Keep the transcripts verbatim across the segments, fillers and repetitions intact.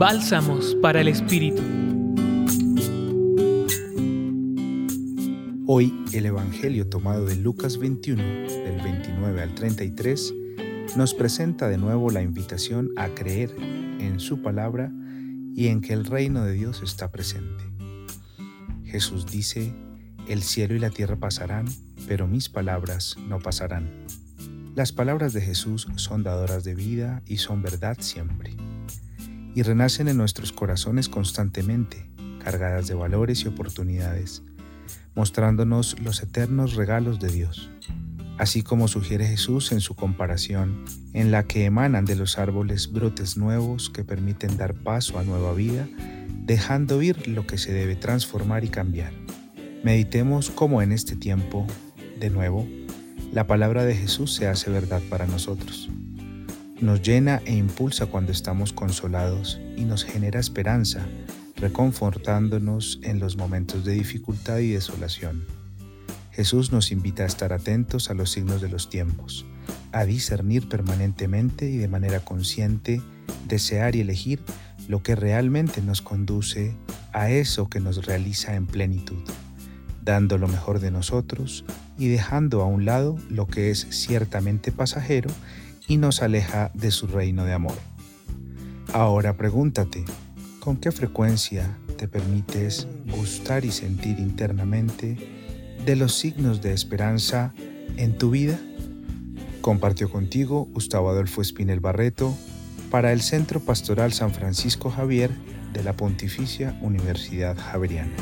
Bálsamos para el Espíritu. Hoy el Evangelio tomado de Lucas veintiuno, del veintinueve al treinta y tres, nos presenta de nuevo la invitación a creer en su palabra y en que el reino de Dios está presente. Jesús dice: el cielo y la tierra pasarán, pero mis palabras no pasarán. Las palabras de Jesús son dadoras de vida y son verdad siempre. Y renacen en nuestros corazones constantemente, cargadas de valores y oportunidades, mostrándonos los eternos regalos de Dios, así como sugiere Jesús en su comparación, en la que emanan de los árboles brotes nuevos que permiten dar paso a nueva vida, dejando ir lo que se debe transformar y cambiar. Meditemos cómo en este tiempo, de nuevo, la palabra de Jesús se hace verdad para nosotros. Nos llena e impulsa cuando estamos consolados y nos genera esperanza, reconfortándonos en los momentos de dificultad y desolación. Jesús nos invita a estar atentos a los signos de los tiempos, a discernir permanentemente y de manera consciente, desear y elegir lo que realmente nos conduce a eso que nos realiza en plenitud, dando lo mejor de nosotros y dejando a un lado lo que es ciertamente pasajero y nos aleja de su reino de amor. Ahora pregúntate, ¿con qué frecuencia te permites gustar y sentir internamente de los signos de esperanza en tu vida? Compartió contigo Gustavo Adolfo Espinel Barreto para el Centro Pastoral San Francisco Javier de la Pontificia Universidad Javeriana.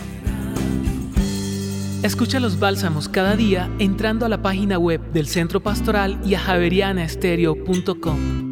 Escucha los bálsamos cada día entrando a la página web del Centro Pastoral y a javeriana estéreo punto com.